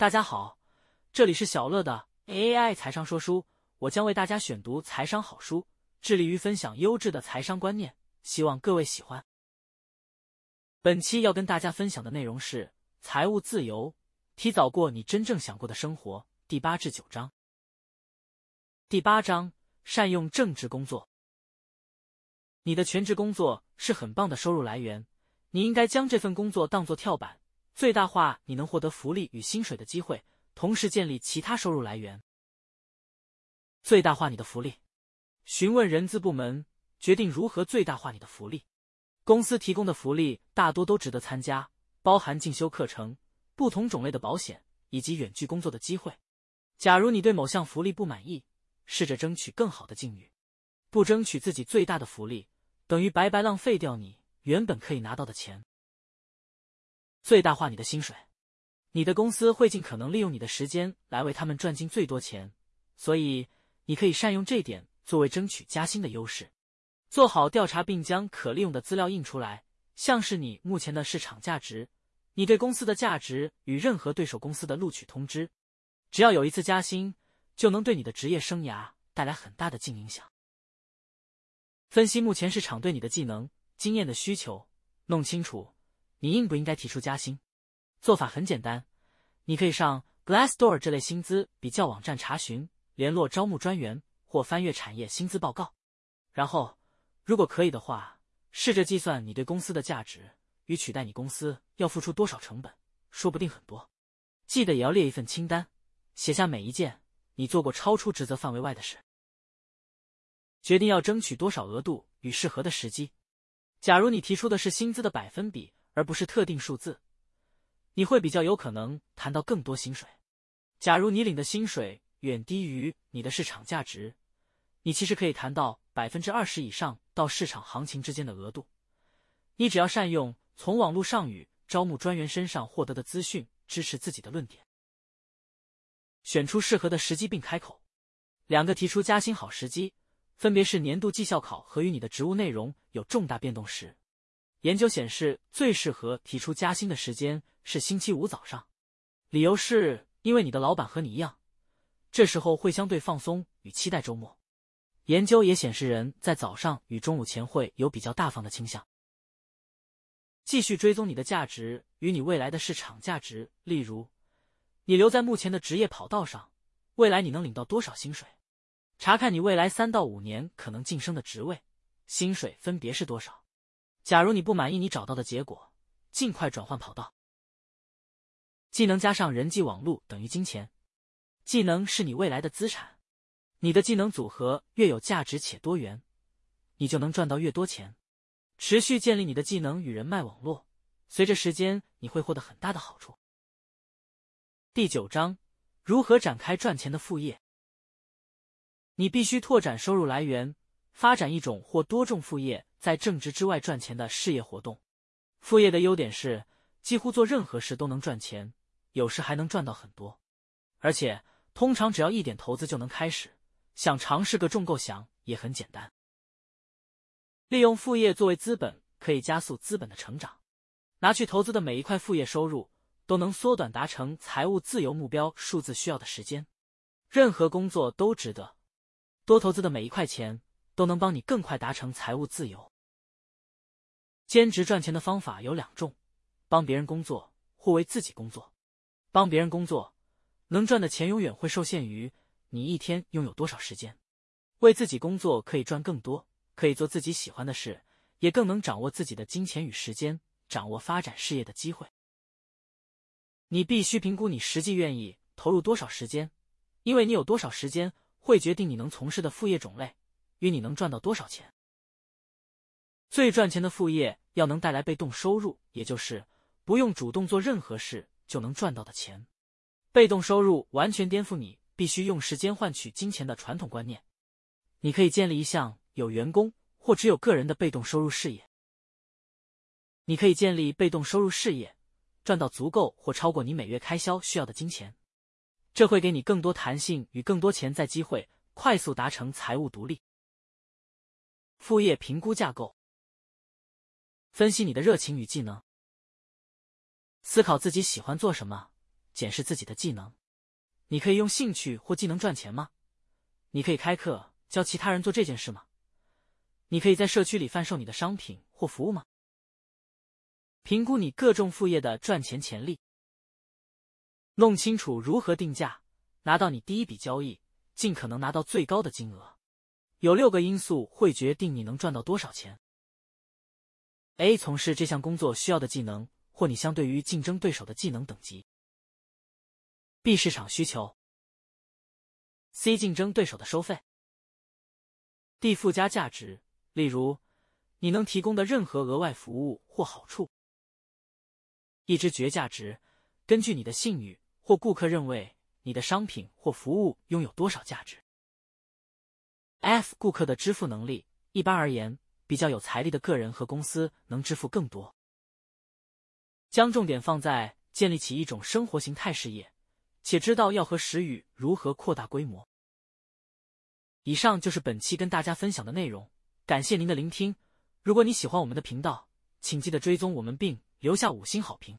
大家好，这里是小乐的 AI 财商说书，我将为大家选读财商好书，致力于分享优质的财商观念，希望各位喜欢。本期要跟大家分享的内容是财务自由，提早过你真正想过的生活，第8至9章。第8章，善用正职工作。你的全职工作是很棒的收入来源，你应该将这份工作当作跳板，最大化你能获得福利与薪水的机会，同时建立其他收入来源。最大化你的福利。询问人资部门，决定如何最大化你的福利。公司提供的福利大多都值得参加，包含进修课程、不同种类的保险以及远距工作的机会。假如你对某项福利不满意，试着争取更好的境遇。不争取自己最大的福利，等于白白浪费掉你原本可以拿到的钱。最大化你的薪水。你的公司会尽可能利用你的时间来为他们赚进最多钱，所以你可以善用这点作为争取加薪的优势。做好调查并将可利用的资料印出来，像是你目前的市场价值，你对公司的价值与任何对手公司的录取通知。只要有一次加薪，就能对你的职业生涯带来很大的净影响。分析目前市场对你的技能、经验的需求，弄清楚你应不应该提出加薪。做法很简单，你可以上 Glassdoor 这类薪资比较网站查询，联络招募专员或翻阅产业薪资报告。然后，如果可以的话，试着计算你对公司的价值与取代你公司要付出多少成本，说不定很多。记得也要列一份清单，写下每一件你做过超出职责范围外的事。决定要争取多少额度与适合的时机。假如你提出的是薪资的百分比，而不是特定数字，你会比较有可能谈到更多薪水。假如你领的薪水远低于你的市场价值，你其实可以谈到 20% 以上到市场行情之间的额度。你只要善用从网络上与招募专员身上获得的资讯，支持自己的论点。选出适合的时机并开口。2个提出加薪好时机，分别是年度绩效考核与你的职务内容有重大变动时。研究显示，最适合提出加薪的时间是星期5早上，理由是因为你的老板和你一样，这时候会相对放松与期待周末。研究也显示，人在早上与中午前会有比较大方的倾向。继续追踪你的价值与你未来的市场价值，例如，你留在目前的职业跑道上，未来你能领到多少薪水？查看你未来3到5年可能晋升的职位，薪水分别是多少。假如你不满意你找到的结果，尽快转换跑道。技能加上人际网络等于金钱。技能是你未来的资产，你的技能组合越有价值且多元，你就能赚到越多钱。持续建立你的技能与人脉网络，随着时间你会获得很大的好处。第9章，如何展开赚钱的副业。你必须拓展收入来源，发展一种或多种副业，在正职之外赚钱的事业活动。副业的优点是几乎做任何事都能赚钱，有时还能赚到很多。而且通常只要一点投资就能开始，想尝试个重构想也很简单。利用副业作为资本，可以加速资本的成长。拿去投资的每一块副业收入，都能缩短达成财务自由目标数字需要的时间。任何工作都值得。多投资的每一块钱都能帮你更快达成财务自由。兼职赚钱的方法有2种，帮别人工作或为自己工作。帮别人工作，能赚的钱永远会受限于你一天拥有多少时间。为自己工作可以赚更多，可以做自己喜欢的事，也更能掌握自己的金钱与时间，掌握发展事业的机会。你必须评估你实际愿意投入多少时间，因为你有多少时间会决定你能从事的副业种类与你能赚到多少钱。最赚钱的副业要能带来被动收入，也就是不用主动做任何事就能赚到的钱。被动收入完全颠覆你必须用时间换取金钱的传统观念。你可以建立一项有员工或只有个人的被动收入事业。你可以建立被动收入事业，赚到足够或超过你每月开销需要的金钱。这会给你更多弹性与更多潜在机会，快速达成财务独立。副业评估架构。分析你的热情与技能。思考自己喜欢做什么， 检视自己的技能。你可以用兴趣或技能赚钱吗？你可以开课教其他人做这件事吗？你可以在社区里贩售你的商品或服务吗？评估你各种副业的赚钱潜力，弄清楚如何定价，拿到你第一笔交易，尽可能拿到最高的金额。有6个因素会决定你能赚到多少钱。A. 从事这项工作需要的技能，或你相对于竞争对手的技能等级。B. 市场需求。C. 竞争对手的收费。D. 附加价值，例如你能提供的任何额外服务或好处。E. 知觉价值，根据你的信誉或顾客认为你的商品或服务拥有多少价值。F. 顾客的支付能力，一般而言，比较有财力的个人和公司能支付更多。将重点放在建立起一种生活形态事业，且知道要和时与如何扩大规模。以上就是本期跟大家分享的内容，感谢您的聆听。如果你喜欢我们的频道，请记得追踪我们并留下5星好评。